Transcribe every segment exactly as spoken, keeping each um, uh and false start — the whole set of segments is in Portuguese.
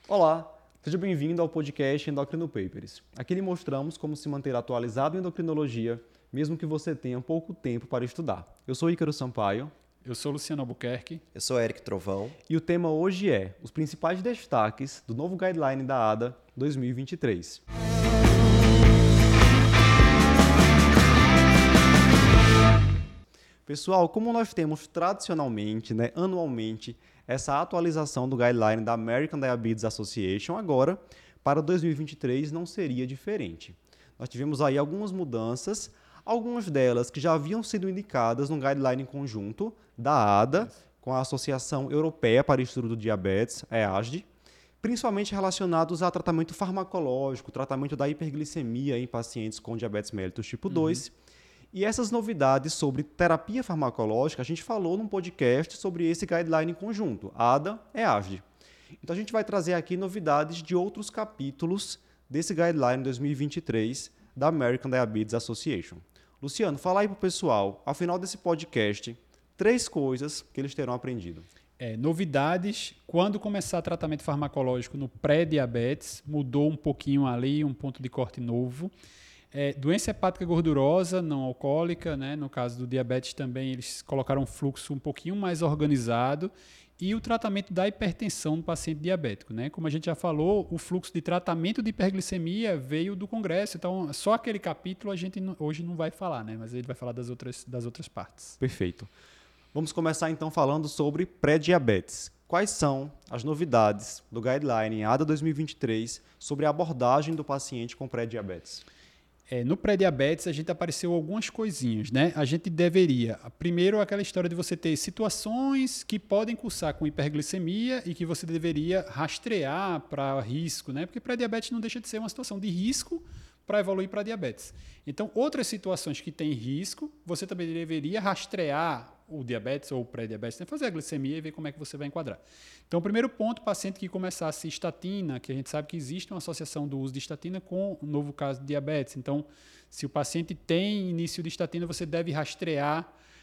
Olá, seja bem-vindo ao podcast Endocrino Papers. Aqui lhe mostramos como se manter atualizado em endocrinologia, mesmo que você tenha pouco tempo para estudar. Eu sou Ícaro Sampaio. Eu sou Luciano Albuquerque. Eu sou Eric Trovão. E o tema hoje é os principais destaques do novo guideline da A D A dois mil e vinte e três. Pessoal, como nós temos tradicionalmente, né, anualmente, essa atualização do guideline da American Diabetes Association, agora, para dois mil e vinte e três, não seria diferente. Nós tivemos aí algumas mudanças, algumas delas que já haviam sido indicadas no guideline conjunto da A D A, com a Associação Europeia para o Estudo do Diabetes, a E A S D, principalmente relacionados a tratamento farmacológico, tratamento da hiperglicemia em pacientes com diabetes mellitus tipo dois. Uhum. E essas novidades sobre terapia farmacológica, a gente falou num podcast sobre esse guideline conjunto, A D A e E A S D. Então a gente vai trazer aqui novidades de outros capítulos desse guideline dois mil e vinte e três da American Diabetes Association. Luciano, fala aí para o pessoal, ao final desse podcast, três coisas que eles terão aprendido. É, novidades, quando começar tratamento farmacológico no pré-diabetes, mudou um pouquinho ali, um ponto de corte novo. É, doença hepática gordurosa, não alcoólica, né? No caso do diabetes também, eles colocaram um fluxo um pouquinho mais organizado. E o tratamento da hipertensão no paciente diabético, né? Como a gente já falou, o fluxo de tratamento de hiperglicemia veio do Congresso, então só aquele capítulo a gente não, hoje não vai falar, né? Mas ele vai falar das outras, das outras partes. Perfeito. Vamos começar então falando sobre pré-diabetes. Quais são as novidades do guideline A D A dois mil e vinte e três sobre a abordagem do paciente com pré-diabetes? É, no pré-diabetes, a gente apareceu algumas coisinhas, né? A gente deveria, primeiro, aquela história de você ter situações que podem cursar com hiperglicemia e que você deveria rastrear para risco, né? Porque pré-diabetes não deixa de ser uma situação de risco para evoluir para diabetes. Então, outras situações que têm risco, você também deveria rastrear o diabetes ou o pré-diabetes, né? Fazer a glicemia e ver como é que você vai enquadrar. Então, o primeiro ponto, paciente que começasse estatina, que a gente sabe que existe uma associação do uso de estatina com o novo caso de diabetes. Então, se o paciente tem início de estatina, você deve rastrear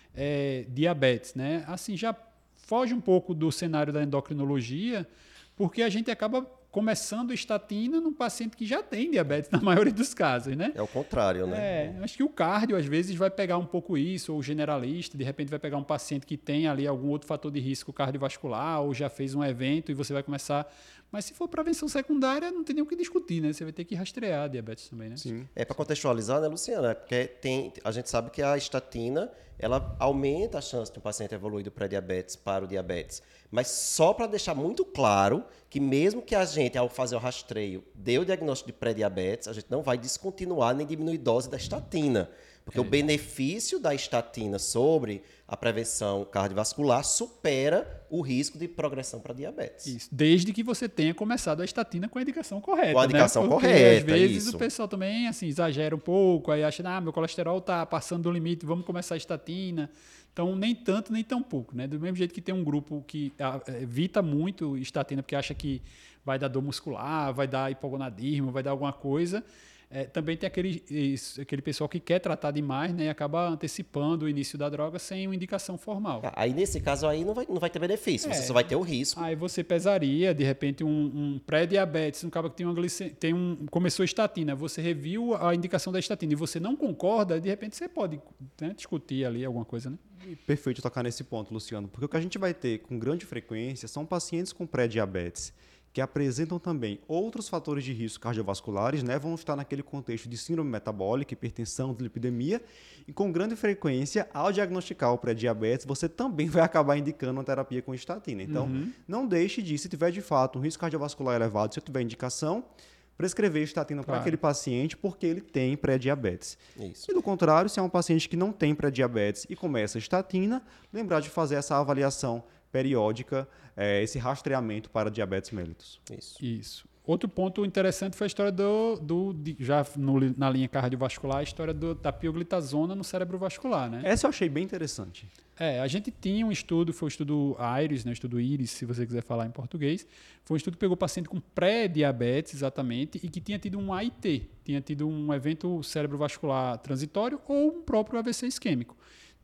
é, diabetes, né? Assim, já foge um pouco do cenário da endocrinologia, porque a gente acaba começando estatina num paciente que já tem diabetes, na maioria dos casos, né? É o contrário, né? É, acho que o cardio, às vezes, vai pegar um pouco isso, ou o generalista, de repente vai pegar um paciente que tem ali algum outro fator de risco cardiovascular, ou já fez um evento e você vai começar... Mas se for prevenção secundária, não tem nem o que discutir, né? Você vai ter que rastrear a diabetes também, né? Sim. É para contextualizar, né, Luciana? Porque tem, a gente sabe que a estatina, ela aumenta a chance de um paciente evoluir do pré-diabetes para o diabetes. Mas só para deixar muito claro que mesmo que a gente, ao fazer o rastreio, dê o diagnóstico de pré-diabetes, a gente não vai descontinuar nem diminuir dose da estatina. Porque é. o benefício da estatina sobre a prevenção cardiovascular supera o risco de progressão para diabetes. Isso, desde que você tenha começado a estatina com a indicação correta. Com a indicação né? Porque, correta, às vezes isso. o pessoal também assim, exagera um pouco, aí acha, ah, meu colesterol está passando do limite, vamos começar a estatina. Então, nem tanto, nem tão pouco. Né? Do mesmo jeito que tem um grupo que evita muito estatina, porque acha que vai dar dor muscular, vai dar hipogonadismo, vai dar alguma coisa. É, também tem aquele, isso, aquele pessoal que quer tratar demais, né, e acaba antecipando o início da droga sem uma indicação formal. Aí, nesse caso, aí não vai, não vai ter benefício, é, você só vai ter o risco. Aí você pesaria, de repente, um, um pré-diabetes, um cara que tem uma glicemia, tem um, começou estatina, você reviu a indicação da estatina e você não concorda, de repente você pode, né, discutir ali alguma coisa, né? Perfeito tocar nesse ponto, Luciano, porque o que a gente vai ter com grande frequência são pacientes com pré-diabetes que apresentam também outros fatores de risco cardiovasculares, né, vão estar naquele contexto de síndrome metabólica, hipertensão, dislipidemia, e com grande frequência, ao diagnosticar o pré-diabetes, você também vai acabar indicando uma terapia com estatina. Então, uhum. não deixe de, se tiver de fato um risco cardiovascular elevado, se tiver indicação, prescrever estatina claro. para aquele paciente porque ele tem pré-diabetes. Isso. E do contrário, se é um paciente que não tem pré-diabetes e começa estatina, lembrar de fazer essa avaliação periódica, é, esse rastreamento para diabetes mellitus. Isso. Isso. Outro ponto interessante foi a história do, do de, já no, na linha cardiovascular, a história do, da pioglitazona no cérebro vascular, né? Essa eu achei bem interessante. É, a gente tinha um estudo, foi o estudo IRIS, né, o estudo IRIS, se você quiser falar em português, foi um estudo que pegou paciente com pré-diabetes, exatamente, e que tinha tido um A I T, tinha tido um evento cerebrovascular transitório ou um próprio A V C isquêmico.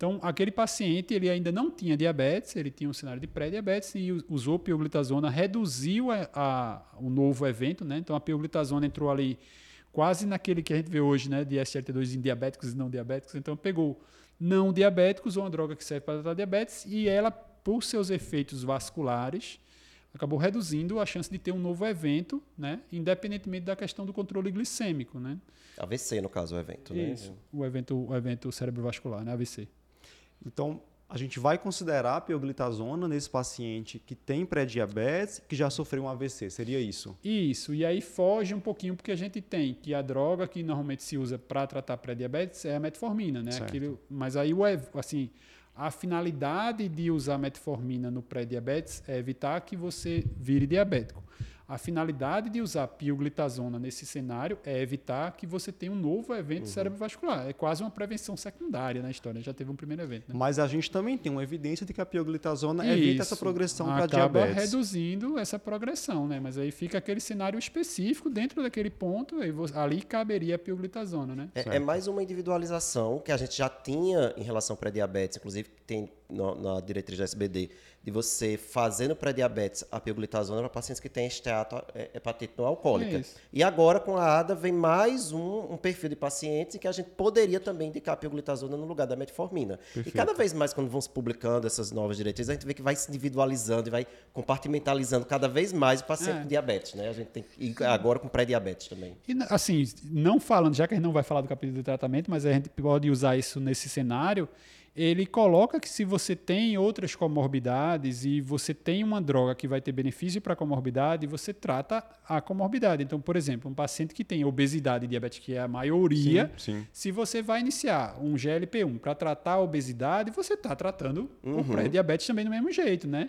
Então, aquele paciente ele ainda não tinha diabetes, ele tinha um cenário de pré-diabetes e usou pioglitazona, reduziu a, a, o novo evento, né? Então, a pioglitazona entrou ali quase naquele que a gente vê hoje, né, de S G L T dois em diabéticos e não diabéticos. Então, pegou não diabéticos, uma droga que serve para tratar diabetes, e ela, por seus efeitos vasculares, acabou reduzindo a chance de ter um novo evento, né, independentemente da questão do controle glicêmico, né? A V C, no caso, o evento, né? Isso, o evento, o evento cerebrovascular, né, A V C. Então, a gente vai considerar a pioglitazona nesse paciente que tem pré-diabetes, que já sofreu um A V C, seria isso? Isso, e aí foge um pouquinho, porque a gente tem que a droga que normalmente se usa para tratar pré-diabetes é a metformina, né? Aquilo, mas aí, o, assim, a finalidade de usar metformina no pré-diabetes é evitar que você vire diabético. A finalidade de usar pioglitazona nesse cenário é evitar que você tenha um novo evento uhum. cerebrovascular. É quase uma prevenção secundária na história. Já teve um primeiro evento. Né? Mas a gente também tem uma evidência de que a pioglitazona Isso. evita essa progressão para diabetes. Acaba reduzindo essa progressão, né? Mas aí fica aquele cenário específico dentro daquele ponto, aí você, ali caberia a pioglitazona, né? É, é mais uma individualização que a gente já tinha em relação ao pré-diabetes, inclusive tem no, na diretriz da S B D, de você fazer no pré-diabetes a pioglitazona para pacientes que têm hepatite não alcoólica. É e agora, com a A D A, vem mais um, um perfil de pacientes em que a gente poderia também indicar a pioglitazona no lugar da metformina. Perfeito. E cada vez mais, quando vão se publicando essas novas diretrizes, a gente vê que vai se individualizando e vai compartimentalizando cada vez mais o paciente é. com diabetes. Né? A gente tem que ir agora com pré-diabetes também. E, assim, não falando, já que a gente não vai falar do capítulo de tratamento, mas a gente pode usar isso nesse cenário, ele coloca que se você tem outras comorbidades e você tem uma droga que vai ter benefício para a comorbidade, você trata a comorbidade. Então, por exemplo, um paciente que tem obesidade e diabetes, que é a maioria, sim, sim. se você vai iniciar um G L P um para tratar a obesidade, você está tratando uhum. o pré-diabetes também do mesmo jeito, né?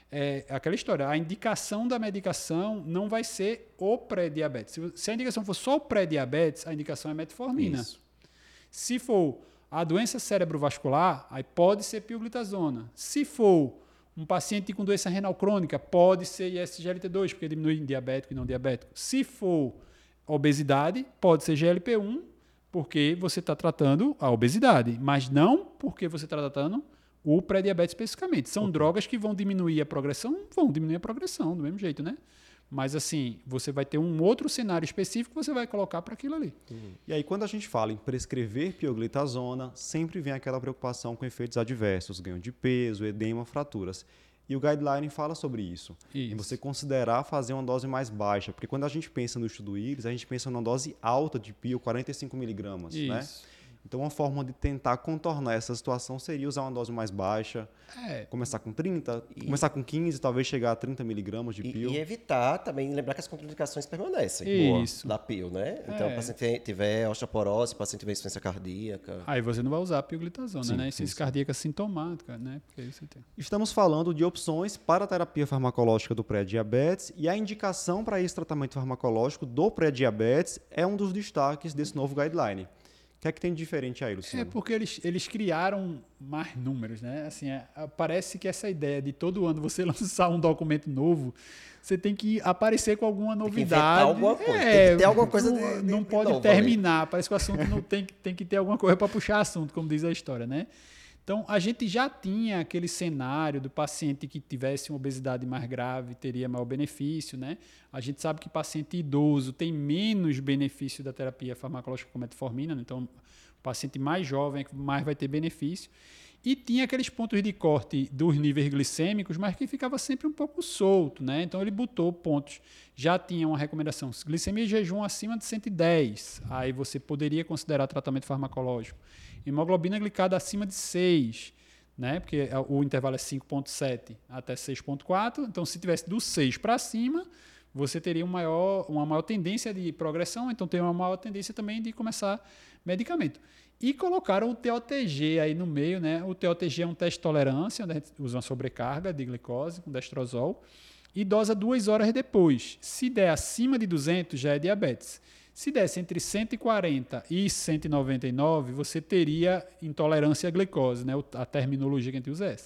É aquela história, a indicação da medicação não vai ser o pré-diabetes. Se a indicação for só o pré-diabetes, a indicação é metformina. Isso. Se for a doença cerebrovascular, aí pode ser pioglitazona. Se for um paciente com doença renal crônica, pode ser S G L T dois, porque diminui em diabético e não diabético. Se for obesidade, pode ser G L P um, porque você está tratando a obesidade, mas não porque você está tratando o pré-diabetes especificamente. São okay. drogas que vão diminuir a progressão, vão diminuir a progressão do mesmo jeito, né? Mas, assim, você vai ter um outro cenário específico que você vai colocar para aquilo ali. Uhum. E aí, quando a gente fala em prescrever pioglitazona, sempre vem aquela preocupação com efeitos adversos, ganho de peso, edema, fraturas. E o guideline fala sobre isso. isso. Em você considerar fazer uma dose mais baixa. Porque quando a gente pensa no estudo íris, a gente pensa numa dose alta de pio, quarenta e cinco miligramas, né? Então, uma forma de tentar contornar essa situação seria usar uma dose mais baixa, é. começar com trinta, e, começar com quinze, talvez chegar a trinta miligramas de pio. E, e evitar também, lembrar que as contraindicações permanecem Isso. da pio, né? Então, é. o paciente tiver osteoporose, o paciente tiver insuficiência cardíaca. Aí você não vai usar a pioglitazona, sim, né? Insuficiência cardíaca sintomática, né? Porque aí você tem. Estamos falando de opções para a terapia farmacológica do pré-diabetes e a indicação para esse tratamento farmacológico do pré-diabetes é um dos destaques desse novo guideline. O que é que tem de diferente aí, Luciano? É porque eles, eles criaram mais números, né? Assim, é, parece que essa ideia de todo ano você lançar um documento novo, você tem que aparecer com alguma novidade. Tem que alguma coisa. É, tem que ter alguma coisa. Não, de, de, não de pode novo, terminar. Ali. Parece que o assunto não tem, tem que ter alguma coisa para puxar assunto, como diz a história, né? Então, a gente já tinha aquele cenário do paciente que tivesse uma obesidade mais grave, teria maior benefício, né? A gente sabe que paciente idoso tem menos benefício da terapia farmacológica com metformina, né? Então, o paciente mais jovem é que mais vai ter benefício. E tinha aqueles pontos de corte dos níveis glicêmicos, mas que ficava sempre um pouco solto, né? Então, ele botou pontos. Já tinha uma recomendação, glicemia e jejum acima de cento e dez. Aí você poderia considerar tratamento farmacológico. Hemoglobina glicada acima de seis, né? Porque o intervalo é cinco vírgula sete até seis vírgula quatro. Então, se tivesse do seis para cima, você teria um maior, uma maior tendência de progressão, então tem uma maior tendência também de começar medicamento. E colocaram o T O T G aí no meio, né? O T O T G é um teste de tolerância, onde a gente usa uma sobrecarga de glicose com destrozol e dosa duas horas depois. Se der acima de duzentos, já é diabetes. Se desse entre cento e quarenta e cento e noventa e nove, você teria intolerância à glicose, né? A terminologia que a gente usa é essa.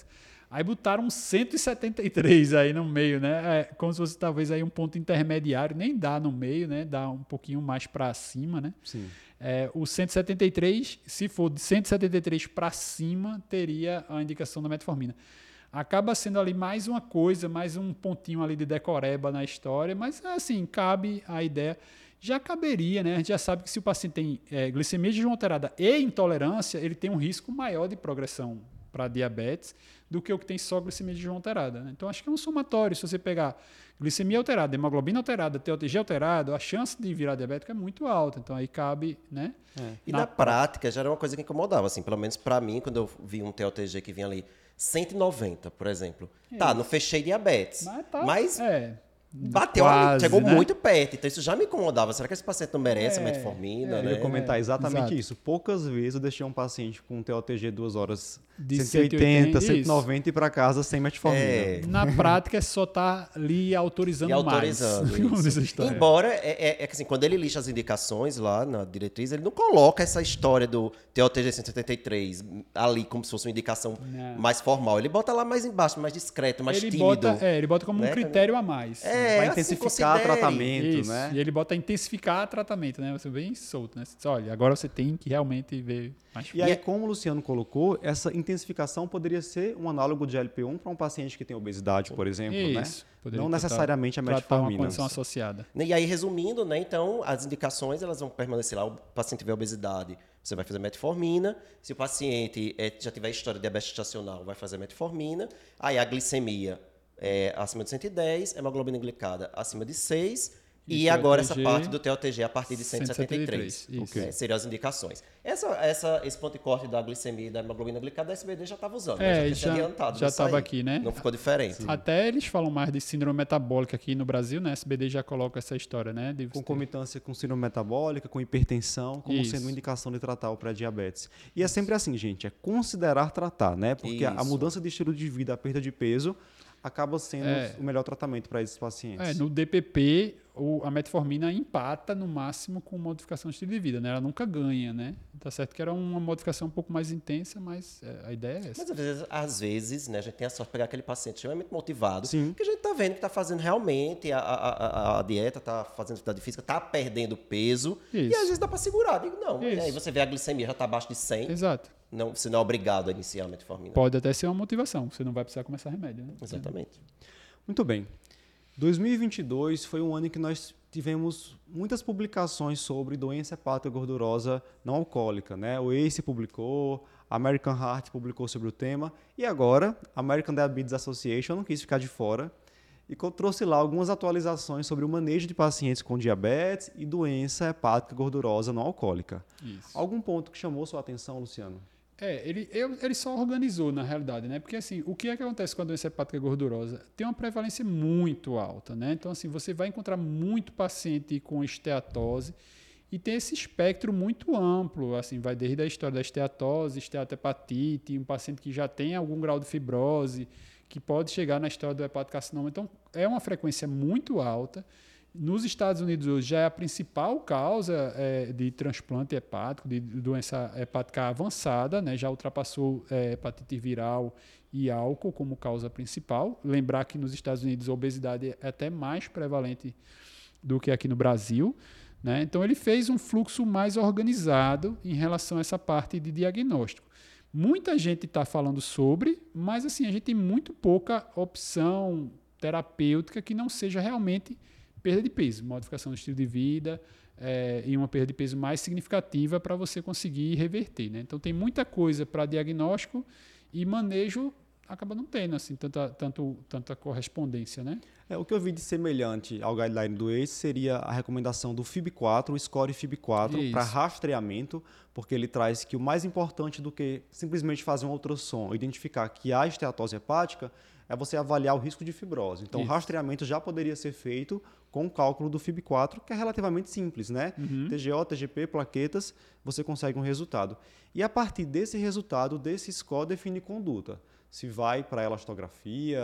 Aí botaram um cento e setenta e três aí no meio, né? É como se fosse talvez aí um ponto intermediário, nem dá no meio, né? Dá um pouquinho mais para cima, né? Sim. É, o cento e setenta e três, se for de cento e setenta e três para cima, teria a indicação da metformina. Acaba sendo ali mais uma coisa, mais um pontinho ali de decoreba na história, mas assim, cabe a ideia. Já caberia, né? A gente já sabe que se o paciente tem é, glicemia de jejum alterada e intolerância, ele tem um risco maior de progressão para diabetes do que o que tem só glicemia de jejum alterada. Né? Então, acho que é um somatório. Se você pegar glicemia alterada, hemoglobina alterada, T O T G alterado, a chance de virar diabético é muito alta. Então, aí cabe, né? É. E na, na prática, já era uma coisa que incomodava, assim, pelo menos para mim, quando eu vi um T O T G que vinha ali cento e noventa, por exemplo. É tá, isso. Não fechei diabetes. Mas, tá, mas é. bateu Quase, ali, chegou né? muito perto. Então isso já me incomodava. Será que esse paciente não merece É, a metformina? é, né? Eu ia comentar É, exatamente exato. isso. Poucas vezes eu deixei um paciente com um T O T G duas horas De cento e oitenta, cento e noventa e para casa sem metformina. É. Na prática, é só estar tá ali autorizando, E autorizando mais. Como diz a história. Embora, é, é, é que assim, quando ele lista as indicações lá na diretriz, ele não coloca essa história do T O T G cento e setenta e três ali como se fosse uma indicação Não. mais formal. Ele bota lá mais embaixo, mais discreto, mais ele tímido. Bota, é, ele bota como né? um critério a mais. É, Vai assim, intensificar considere. tratamento, Isso. né? E ele bota intensificar tratamento, né? Você bem solto, né? Você diz, olha, agora você tem que realmente ver mais. E aí, como o Luciano colocou, essa intensificação poderia ser um análogo de L P um para um paciente que tem obesidade, por exemplo, Isso. né? Poderia Não tratar- necessariamente a tratar uma metformina. condição associada. E aí, resumindo, né, então, as indicações elas vão permanecer lá. O paciente tiver obesidade, você vai fazer metformina. Se o paciente é, já tiver história de diabetes gestacional, vai fazer metformina. Aí a glicemia é acima de cento e dez, hemoglobina glicada acima de seis. E, E agora T O T G, essa parte do T O T G a partir de cento e setenta e três. cento e setenta e três, isso. É, seriam as indicações. Essa, essa, esse ponto de corte da glicemia e da hemoglobina glicada, a S B D já estava usando. É, né? já tinha já- se adiantado. já nisso aí. estava aqui, né? Não ficou diferente. Até eles falam mais de síndrome metabólica aqui no Brasil, né? A S B D já coloca essa história, né? De você ter- Concomitância com síndrome metabólica, com hipertensão, como Isso. sendo uma indicação de tratar o pré-diabetes. E é sempre assim, gente, é considerar tratar, né? Porque a, a Isso. mudança de estilo de vida, a perda de peso, acaba sendo É. o melhor tratamento para esses pacientes. É, no D P P, o, a metformina empata no máximo com modificação de estilo de vida, né? Ela nunca ganha, né? Tá certo que era uma modificação um pouco mais intensa, mas é, a ideia é essa. Mas às vezes, às vezes, né, a gente tem a sorte de pegar aquele paciente extremamente motivado, Sim. que a gente tá vendo que tá fazendo realmente a, a, a, a dieta, tá fazendo atividade física, tá perdendo peso, e Isso. às vezes dá para segurar. Digo, não, e Isso. aí você vê a glicemia já tá abaixo de cem, Exato. não, você não é obrigado a iniciar a metformina. Pode até ser uma motivação, você não vai precisar começar remédio, né? Exatamente. Muito bem. dois mil e vinte e dois foi um ano em que nós tivemos muitas publicações sobre doença hepática gordurosa não alcoólica, né? O A C E publicou, a American Heart publicou sobre o tema e agora a American Diabetes Association não quis ficar de fora e co- trouxe lá algumas atualizações sobre o manejo de pacientes com diabetes e doença hepática gordurosa não alcoólica. Isso. Algum ponto que chamou sua atenção, Luciano? É, ele, eu- ele só organizou, na realidade, né? Porque, assim, o que é que acontece com a doença hepática gordurosa? Tem uma prevalência muito alta, né? Então, assim, você vai encontrar muito paciente com esteatose e tem esse espectro muito amplo, assim, vai desde a história da esteatose, esteatohepatite, um paciente que já tem algum grau de fibrose, que pode chegar na história do hepatocarcinoma. Então, é uma frequência muito alta. Nos Estados Unidos hoje já é a principal causa é, de transplante hepático, de doença hepática avançada, né? Já ultrapassou é, hepatite viral e álcool como causa principal. Lembrar que nos Estados Unidos a obesidade é até mais prevalente do que aqui no Brasil, né? Então ele fez um fluxo mais organizado em relação a essa parte de diagnóstico. Muita gente está falando sobre, mas assim, a gente tem muito pouca opção terapêutica que não seja realmente perda de peso, modificação do estilo de vida é, e uma perda de peso mais significativa para você conseguir reverter, né? Então tem muita coisa para diagnóstico e manejo acaba não tendo assim tanta, tanto, tanta correspondência, né? É, o que eu vi de semelhante ao guideline do A C E seria a recomendação do F I B quatro, o score F I B quatro, Isso. para rastreamento, porque ele traz que o mais importante do que simplesmente fazer um ultrassom, identificar que há esteatose hepática, é você avaliar o risco de fibrose. Então, o Isso. rastreamento já poderia ser feito com o cálculo do F I B quatro, que é relativamente simples, né? Uhum. T G O, T G P, plaquetas, você consegue um resultado. E a partir desse resultado, desse score, define conduta. Se vai para elastografia,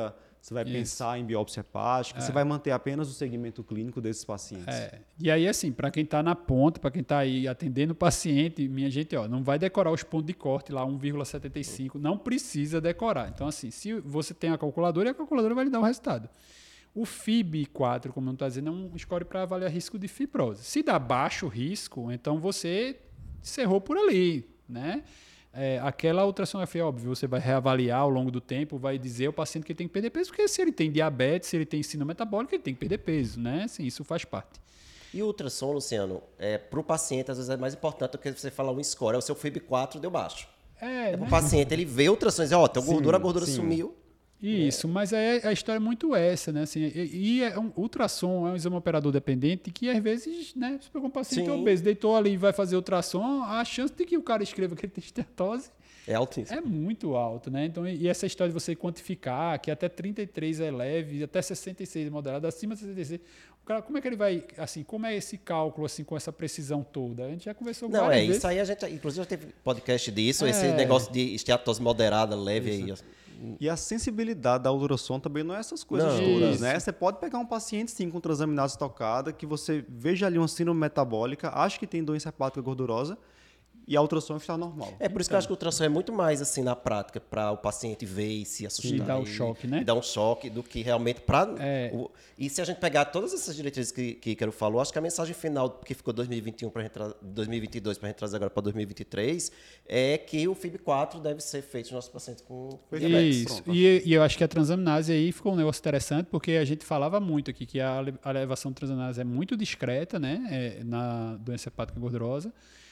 Você vai Isso. pensar em biópsia hepática, É. você vai manter apenas o segmento clínico desses pacientes. É. E aí, assim, para quem está na ponta, para quem está aí atendendo o paciente, minha gente, ó, não vai decorar os pontos de corte lá, um vírgula setenta e cinco, não precisa decorar. Então, assim, se você tem a calculadora, a calculadora vai lhe dar o resultado. O F I B quatro, como eu estou dizendo, é um score para avaliar risco de fibrose. Se dá baixo risco, então você encerrou por ali, né? É, aquela ultrassonografia, óbvio, você vai reavaliar ao longo do tempo, vai dizer ao paciente que ele tem que perder peso, porque se ele tem diabetes, se ele tem síndrome metabólica, ele tem que perder peso, né? Assim, isso faz parte. E o ultrassom, Luciano, é, para o paciente, às vezes é mais importante do que você falar um score. É o seu F I B quatro deu baixo. É, É para o né? paciente, ele vê o ultrassom e diz, ó, tem Sim, gordura, a gordura sim. sumiu. Isso, mas é, a história é muito essa, né? Assim, e, e é um, ultrassom é um exame operador dependente que, às vezes, né, você pegou um paciente Sim. obeso, deitou ali e vai fazer ultrassom, a chance de que o cara escreva que ele tem esteatose É altíssimo. é muito alto, né? Então, e essa história de você quantificar que até trinta e três é leve, até sessenta e seis é moderado, acima de sessenta e seis, o cara, como é que ele vai, assim, como é esse cálculo, assim, com essa precisão toda? A gente já conversou Não, várias é, vezes. isso aí a gente, inclusive, já teve podcast disso, É. esse negócio de esteatose moderada, leve aí. E a sensibilidade da ultrassom também não é essas coisas Não. todas, Isso. né? Você pode pegar um paciente, sim, com transaminase estocada, que você veja ali uma síndrome metabólica, acha que tem doença hepática gordurosa, e a ultrassom está normal. É por isso que eu acho que o ultrassom é muito mais assim na prática para o paciente ver e se assustar. E dar o e- choque, né? E dar um choque do que realmente para. É. E se a gente pegar todas essas diretrizes que, que Ícaro falou, acho que a mensagem final que ficou dois mil e vinte e um para dois mil e vinte e dois para a gente trazer agora para dois mil e vinte e três é que o F I B quatro deve ser feito nos nossos pacientes com diabetes. Isso. Pronto. E, e eu acho que a transaminase aí ficou um negócio interessante, porque a gente falava muito aqui que a, ale- a elevação de transaminase é muito discreta, né, é, na doença hepática gordurosa.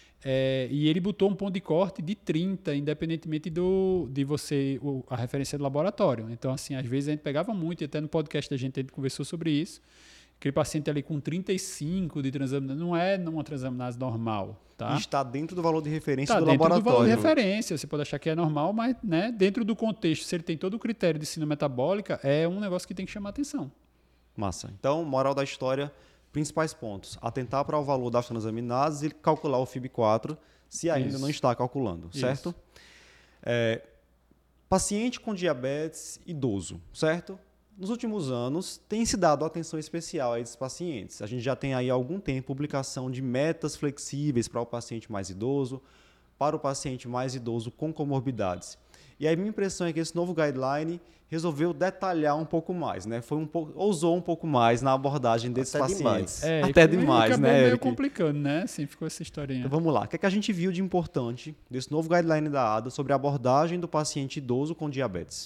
É, e ele botou um ponto de corte de trinta, independentemente do, de você, o- a referência do laboratório. Então, assim, às vezes a gente pegava muito, e até no podcast da gente a gente conversou sobre isso. Aquele paciente ali com trinta e cinco de transaminase, não é uma transaminase normal, tá? E está dentro do valor de referência Tá do dentro do laboratório. valor de referência, você pode achar que é normal, mas, né, dentro do contexto, se ele tem todo o critério de síndrome metabólica, é um negócio que tem que chamar atenção. Massa. Então, moral da história, principais pontos. Atentar para o valor das transaminases e calcular o F I B quatro, se ainda Isso. não está calculando, certo? Isso. É, paciente com diabetes idoso, certo? Nos últimos anos, tem se dado atenção especial a esses pacientes. A gente já tem aí há algum tempo publicação de metas flexíveis para o paciente mais idoso, para o paciente mais idoso com comorbidades. E aí minha impressão é que esse novo guideline resolveu detalhar um pouco mais, né? Foi um pouco, ousou um pouco mais na abordagem desses Até pacientes. demais. É, Até e demais, acabou né, meio Eric? complicando, né? Assim, ficou essa historinha. Então vamos lá. O que é que a gente viu de importante desse novo guideline da A D A sobre a abordagem do paciente idoso com diabetes?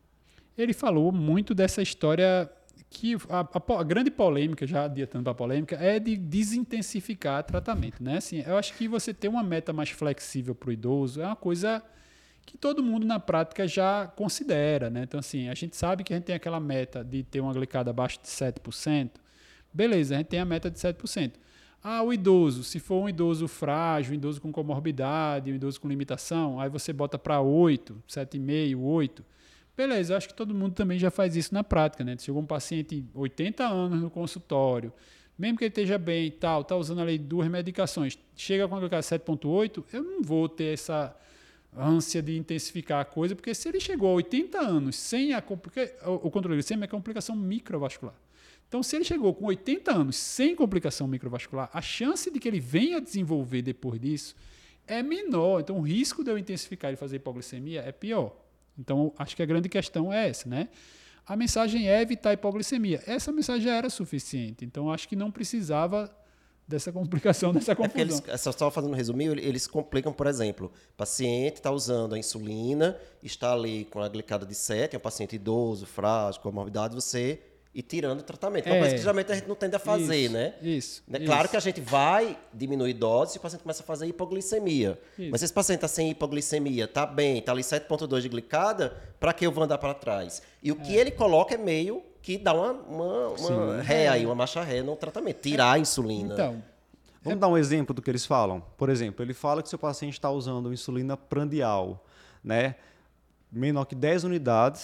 Ele falou muito dessa história que a, a- a grande polêmica, já adiantando para a polêmica, é de desintensificar tratamento, né? Assim, eu acho que você ter uma meta mais flexível para o idoso é uma coisa que todo mundo na prática já considera, né? Então, assim, a gente sabe que a gente tem aquela meta de ter uma glicada abaixo de sete por cento. Beleza, a gente tem a meta de sete por cento. Ah, o idoso, se for um idoso frágil, um idoso com comorbidade, um idoso com limitação, aí você bota para oito, sete vírgula cinco, oito. Beleza, eu acho que todo mundo também já faz isso na prática, né? Chegou um paciente oitenta anos no consultório, mesmo que ele esteja bem e tal, está usando ali duas medicações, chega com a glicada sete vírgula oito, eu não vou ter essa ânsia de intensificar a coisa, porque se ele chegou a oitenta anos sem a porque o controle glicêmico é complicação microvascular. Então, se ele chegou com oitenta anos sem complicação microvascular, a chance de que ele venha a desenvolver depois disso é menor. Então, o risco de eu intensificar e fazer hipoglicemia é pior. Então, acho que a grande questão é essa, né? A mensagem é evitar hipoglicemia. Essa mensagem já era suficiente. Então, acho que não precisava dessa complicação, dessa É porque confusão. eles, só só fazendo um resuminho, eles complicam, por exemplo, o paciente está usando a insulina, está ali com a glicada de sete, é um paciente idoso, frágil, com comorbidade, você ir tirando o tratamento. É uma É. coisa que geralmente a gente não tende a fazer, Isso, né? Isso. Né? Claro isso. que a gente vai diminuir dose se o paciente começa a fazer hipoglicemia. Isso. Mas se esse paciente está sem hipoglicemia, está bem, está ali sete vírgula dois de glicada, para que eu vou andar para trás? E o que ele coloca é meio que dá uma, uma, uma ré aí, uma marcha ré no tratamento, tirar a insulina. Então, Vamos dar um exemplo do que eles falam? Por exemplo, ele fala que seu paciente está usando insulina prandial, né? Menor que dez unidades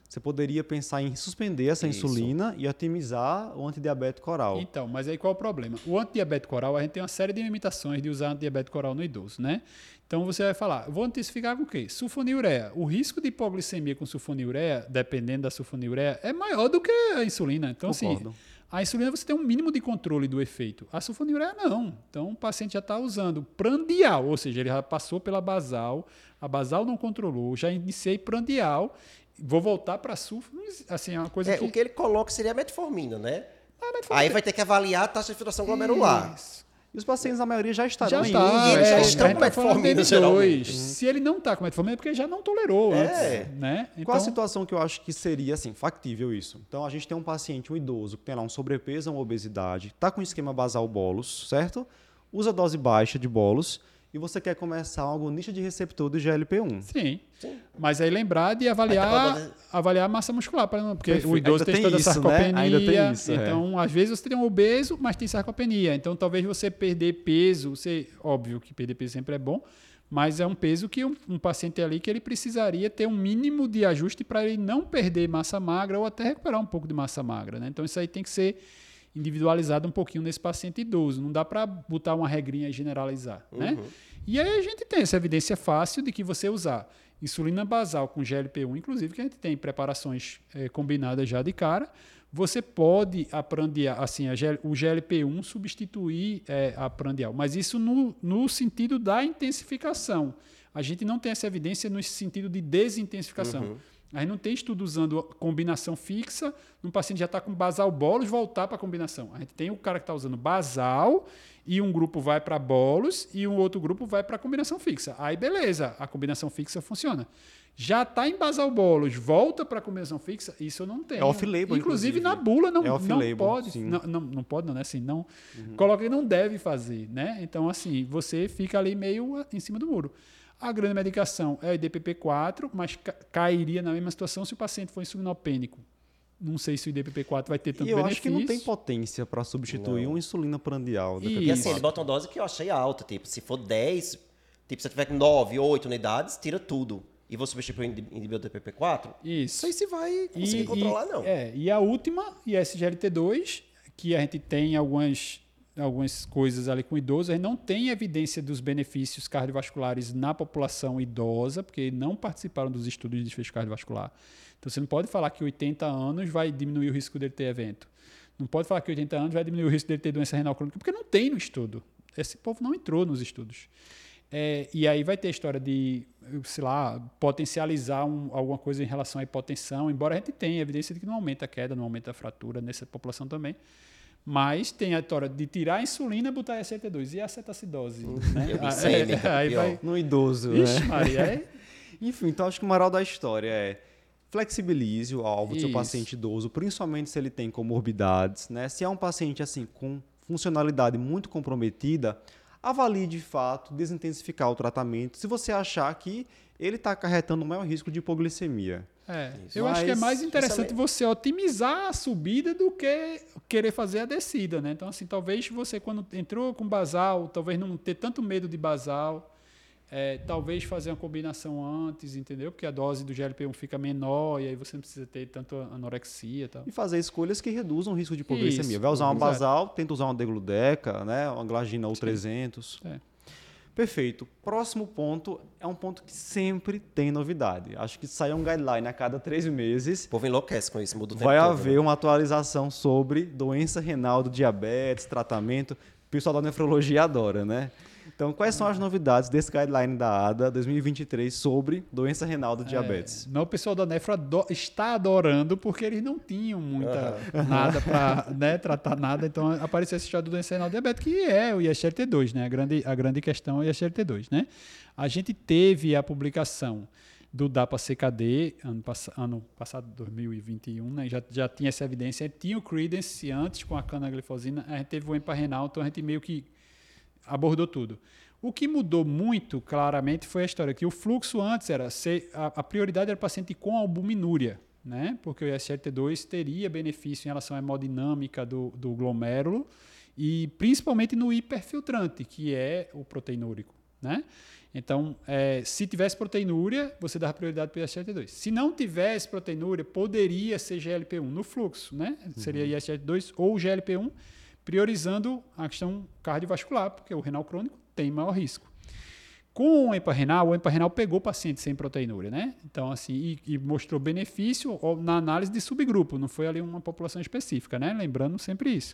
você poderia pensar em suspender essa Isso. insulina e otimizar o antidiabético oral. Então, mas aí qual é o problema? O antidiabético oral, a gente tem uma série de limitações de usar antidiabético oral no idoso, né? Então você vai falar, vou intensificar com o quê? Sulfonilureia. O risco de hipoglicemia com sulfonilureia, dependendo da sulfonilureia, é maior do que a insulina. Então, Concordo. assim, a insulina você tem um mínimo de controle do efeito. A sulfonilureia não. Então o paciente já está usando prandial, ou seja, ele já passou pela basal, a basal não controlou, já iniciei prandial, vou voltar para sulfo, assim, é uma coisa É, que... o que ele coloca seria a metformina, né? Ah, metformina. Aí vai ter que avaliar a taxa de filtração glomerular. Isso. E os pacientes, a maioria, já estarão Já em tá, uso. e eles já é, estão a gente com tá falando metformina, de geralmente. dois. Se ele não está com metformina é porque já não tolerou É. antes, né? Então, Qual a situação que eu acho que seria assim, factível isso? Então, a gente tem um paciente, um idoso, que tem lá um sobrepeso, uma obesidade, está com esquema basal bolos, certo? Usa dose baixa de bolos e você quer começar um agonista de receptor do G L P um. Sim. Sim. Mas aí lembrar de Aí tá avaliar, com a dose- avaliar a massa muscular, pra não- porque Perfeito. o idoso Ainda tem tem toda a isso, né? sarcopenia. Ainda tem isso, é. Então, às vezes você tem um obeso, mas tem sarcopenia. Então, talvez você perder peso, você, óbvio que perder peso sempre é bom, mas é um peso que um, um paciente ali que ele precisaria ter um mínimo de ajuste para ele não perder massa magra ou até recuperar um pouco de massa magra, né? Então, isso aí tem que ser individualizado um pouquinho nesse paciente idoso. Não dá para botar uma regrinha e generalizar, né? Uhum. E aí a gente tem essa evidência fácil de que você usar insulina basal com G L P um, inclusive, que a gente tem preparações eh, combinadas já de cara, você pode a prandial, assim, a G- o G L P um substituir eh, a prandial, mas isso no, no sentido da intensificação. A gente não tem essa evidência no sentido de desintensificação. Uhum. A gente não tem estudo usando combinação fixa, um paciente já está com basal bolos, voltar para a combinação. A gente tem o cara que está usando basal e um grupo vai para bolos e um outro grupo vai para a combinação fixa. Aí beleza, a combinação fixa funciona. Já está em basal bolos, volta para a combinação fixa, isso eu não tenho. É off-label, Inclusive inclusive. na bula não, É não off-label, pode. sim. Não, não, não pode não, né? Assim, não, coloca que não deve fazer, né? Então assim, você fica ali meio em cima do muro. A grande medicação é o I D P P quatro, mas ca- cairia na mesma situação se o paciente for insulinopênico. Não sei se o I D P P quatro vai ter tanto E eu benefício. acho que não tem potência para substituir Não. uma insulina prandial. da E E P P assim, quatro. ele bota uma dose que eu achei alta, tipo, se for dez, tipo, se você tiver com nove, oito unidades, tira tudo. E vou substituir o inibidor do P P quatro? Não Isso. sei se vai conseguir E- controlar, e- não. É, e a última, I S G L T dois, que a gente tem algumas, algumas coisas ali com idosos, a gente não tem evidência dos benefícios cardiovasculares na população idosa, porque não participaram dos estudos de desfecho cardiovascular. Então você não pode falar que oitenta anos vai diminuir o risco dele ter evento. Não pode falar que oitenta anos vai diminuir o risco dele ter doença renal crônica, porque não tem no estudo. Esse povo não entrou nos estudos. É, e aí vai ter a história de, sei lá, potencializar um, alguma coisa em relação à hipotensão, embora a gente tenha evidência de que não aumenta a queda, não aumenta a fratura nessa população também. Mas tem a história de tirar a insulina e botar a S L T dois e a acetacidose. Né? Eu glicêmica, aí pior. vai... No idoso, Ixi, né? Maria, é... Enfim, então acho que o moral da história é flexibilize o alvo do seu Isso. paciente idoso, principalmente se ele tem comorbidades, né? Se é um paciente assim com funcionalidade muito comprometida, avalie de fato desintensificar o tratamento se você achar que ele está acarretando um maior risco de hipoglicemia. É, Isso. eu acho que é Mas, mais interessante justamente- você otimizar a subida do que querer fazer a descida, né? Então, assim, talvez você, quando entrou com basal, talvez não ter tanto medo de basal, é, talvez fazer uma combinação antes, entendeu? Porque a dose do G L P um fica menor e aí você não precisa ter tanto anorexia e tal. E fazer escolhas que reduzam o risco de hipoglicemia. Isso. Vai usar uma Exato. basal, tenta usar uma degludeca, né? Uma glagina U trezentos. É. Perfeito. Próximo ponto é um ponto que sempre tem novidade. Acho que sai um guideline a cada três meses. O povo enlouquece com isso, muda o tempo Vai todo, haver né? uma atualização sobre doença renal do diabetes, tratamento. O pessoal da nefrologia adora, né? Então, quais são as novidades desse guideline da A D A dois mil e vinte e três sobre doença renal do diabetes? É, não, o pessoal da Nefro ado- está adorando porque eles não tinham muita nada para, né, tratar nada. Então apareceu esse estado do doença renal diabética, que é o I S L T dois, né? A grande, a grande questão é o I S L T dois, né? A gente teve a publicação do D A P A C K D ano, pass- ano passado, dois mil e vinte e um, né? Já, já tinha essa evidência. Tinha o Credence antes com a canaglifosina, a gente teve o EMPA renal, então a gente meio que abordou tudo. O que mudou muito, claramente, foi a história que o fluxo antes era ser, a, a prioridade era paciente com albuminúria, né? Porque o I S L T dois teria benefício em relação à hemodinâmica do, do glomérulo e principalmente no hiperfiltrante, que é o proteinúrico, né? Então, é, se tivesse proteinúria, você dava prioridade para o I S G L T dois. Se não tivesse proteinúria, poderia ser G L P um no fluxo, né? Uhum. Seria I S G L T dois ou G L P um, priorizando a questão cardiovascular, porque o renal crônico tem maior risco. Com o EMPA-renal, o EMPA-renal pegou pacientes sem proteinúria, né? Então, assim, e, e mostrou benefício na análise de subgrupo, não foi ali uma população específica, né? Lembrando sempre isso.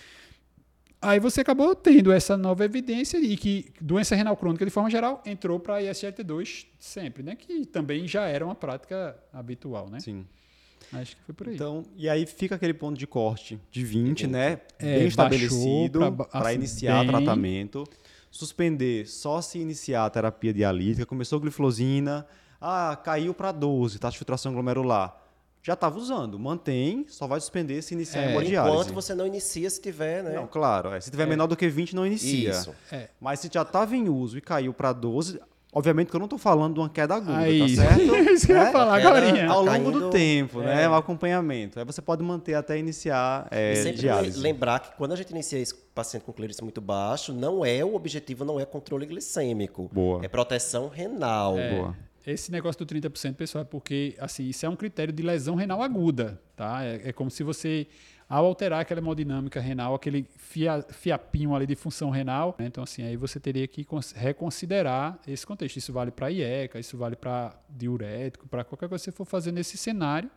Aí você acabou tendo essa nova evidência e que doença renal crônica, de forma geral, entrou para I S G L T dois sempre, né? Que também já era uma prática habitual, né? Sim. Acho que foi por aí. Então, e aí fica aquele ponto de corte de vinte, né? É, bem estabelecido para assim, iniciar bem... tratamento. Suspender só se iniciar a terapia dialítica. Começou gliflozina, ah, caiu para doze, taxa de filtração glomerular. Já estava usando, mantém, só vai suspender se iniciar é, em hemodiálise. Enquanto você não inicia, se tiver, né? Não, claro, é, se tiver é. menor do que vinte, não inicia. Isso. É. Mas se já estava em uso e caiu para doze, obviamente que eu não estou falando de uma queda aguda, aí, tá certo? Isso que eu ia falar agora. Ao longo caindo, do tempo, é. né? O acompanhamento. Aí você pode manter até iniciar é, e sempre diálise. Lembrar que quando a gente inicia esse paciente com clearance muito baixo, não é o objetivo, não é controle glicêmico. Boa. É proteção renal. É. Boa. Esse negócio do trinta por cento, pessoal, é porque assim, isso é um critério de lesão renal aguda. Tá? É, é como se você, ao alterar aquela hemodinâmica renal, aquele fia, fiapinho ali de função renal, né? Então, assim, aí você teria que reconsiderar esse contexto. Isso vale para I E C A, isso vale para diurético, para qualquer coisa que você for fazer nesse cenário.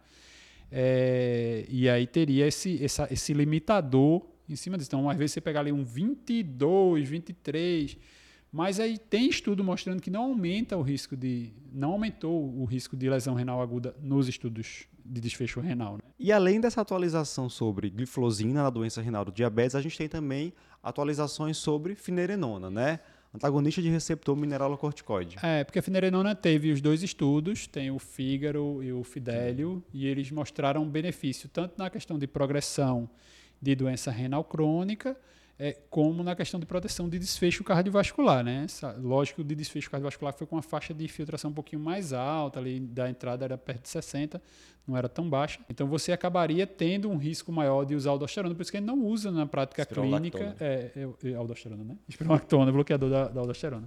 É, e aí teria esse, essa, esse limitador em cima disso. Então, às vezes, você pegar ali um vinte e dois, vinte e três... Mas aí tem estudo mostrando que não aumenta o risco de, não aumentou o risco de lesão renal aguda nos estudos de desfecho renal. Né? E além dessa atualização sobre gliflozina na doença renal do diabetes, a gente tem também atualizações sobre finerenona, né? Antagonista de receptor mineralocorticoide. É, porque a finerenona teve os dois estudos, tem o Fígaro e o Fidelio, e eles mostraram benefício tanto na questão de progressão de doença renal crônica, É, como na questão de proteção de desfecho cardiovascular, né? Essa, lógico, de desfecho cardiovascular foi com uma faixa de filtração um pouquinho mais alta, ali da entrada era perto de sessenta, não era tão baixa. Então você acabaria tendo um risco maior de usar aldosterona, por isso que ele não usa na prática clínica. É, é, é aldosterona, né? Espirolactona, bloqueador da, da aldosterona.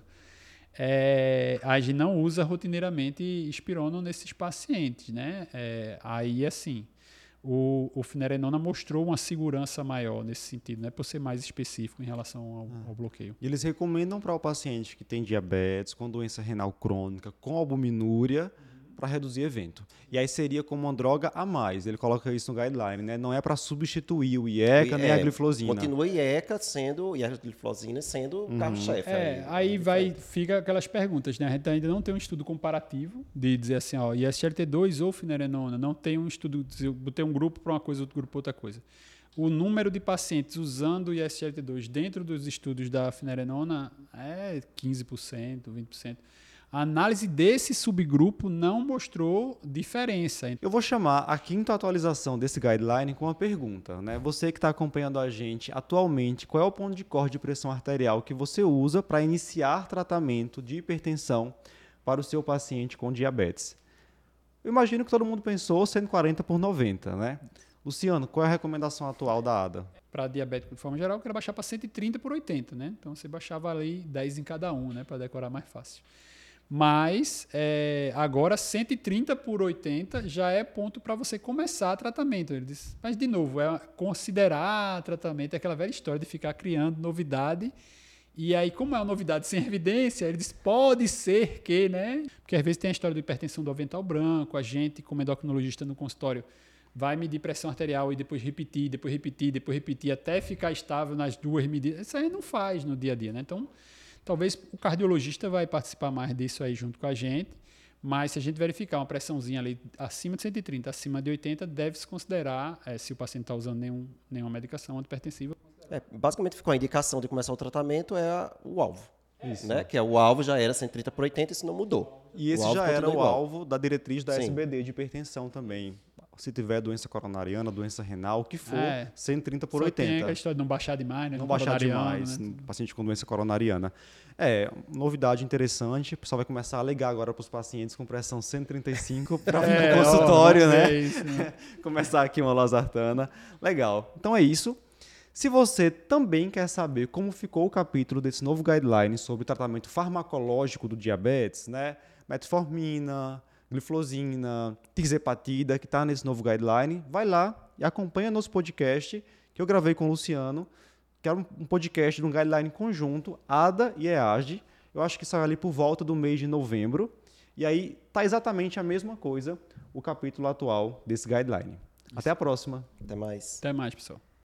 É, a gente não usa rotineiramente espirona nesses pacientes, né? É, aí, assim, o, o finerenona mostrou uma segurança maior nesse sentido, né, por ser mais específico em relação ao, ah. ao bloqueio. E eles recomendam para o paciente que tem diabetes, com doença renal crônica, com albuminúria, para reduzir evento. E aí seria como uma droga a mais. Ele coloca isso no guideline, né? Não é para substituir o I E C A nem é, a gliflozina. Continua o I E C A sendo, e a gliflozina sendo o uhum. carro-chefe. É, aí, aí vai, fica aquelas perguntas, né? A gente ainda não tem um estudo comparativo de dizer assim, ó, I S G L T dois ou finerenona. Não tem um estudo, eu botei um grupo para uma coisa, outro grupo para outra coisa. O número de pacientes usando o I S G L T dois dentro dos estudos da finerenona é quinze por cento, vinte por cento. A análise desse subgrupo não mostrou diferença. Eu vou chamar a quinta atualização desse guideline com uma pergunta, né? Você que está acompanhando a gente atualmente, qual é o ponto de corte de pressão arterial que você usa para iniciar tratamento de hipertensão para o seu paciente com diabetes? Eu imagino que todo mundo pensou cento e quarenta por noventa, né? Luciano, qual é a recomendação atual da A D A? Para diabético de forma geral, eu queria baixar para cento e trinta por oitenta, né? Então você baixava ali dez em cada um, né? Para decorar mais fácil. Mas é, agora cento e trinta por oitenta já é ponto para você começar tratamento. Ele diz, mas, de novo, é considerar tratamento, é aquela velha história de ficar criando novidade. E aí, como é uma novidade sem evidência, ele diz, pode ser que, né? Porque às vezes tem a história da hipertensão do avental branco, a gente, como endocrinologista no consultório, vai medir pressão arterial e depois repetir, depois repetir, depois repetir, até ficar estável nas duas medidas. Isso aí não faz no dia a dia, né? Então, talvez o cardiologista vai participar mais disso aí junto com a gente, mas se a gente verificar uma pressãozinha ali acima de cento e trinta, acima de oitenta, deve-se considerar, é, se o paciente está usando nenhum, nenhuma medicação antipertensiva. É, basicamente ficou a indicação de começar o tratamento é a, o alvo. Isso. Né? Que é, o alvo já era cento e trinta por oitenta, isso não mudou. E esse já era o igual. alvo da diretriz da Sim. S B D de hipertensão também. Se tiver doença coronariana, doença renal, o que for, é. cento e trinta por oitenta. Tem a história de não baixar demais, né? Não baixar demais, né? Paciente com doença coronariana. É, novidade interessante, o pessoal vai começar a ligar agora para os pacientes com pressão cento e trinta e cinco para vir é, para o consultório, ó, né? É isso, né? Começar aqui uma losartana. Legal. Então é isso. Se você também quer saber como ficou o capítulo desse novo guideline sobre o tratamento farmacológico do diabetes, né? Metformina, gliflozina, tirzepatida, que está nesse novo guideline, vai lá e acompanha nosso podcast que eu gravei com o Luciano, que era um podcast de um guideline conjunto, A D A e E A G. Eu acho que saiu ali por volta do mês de novembro. E aí está exatamente a mesma coisa o capítulo atual desse guideline. Até a próxima. Até mais. Até mais, pessoal.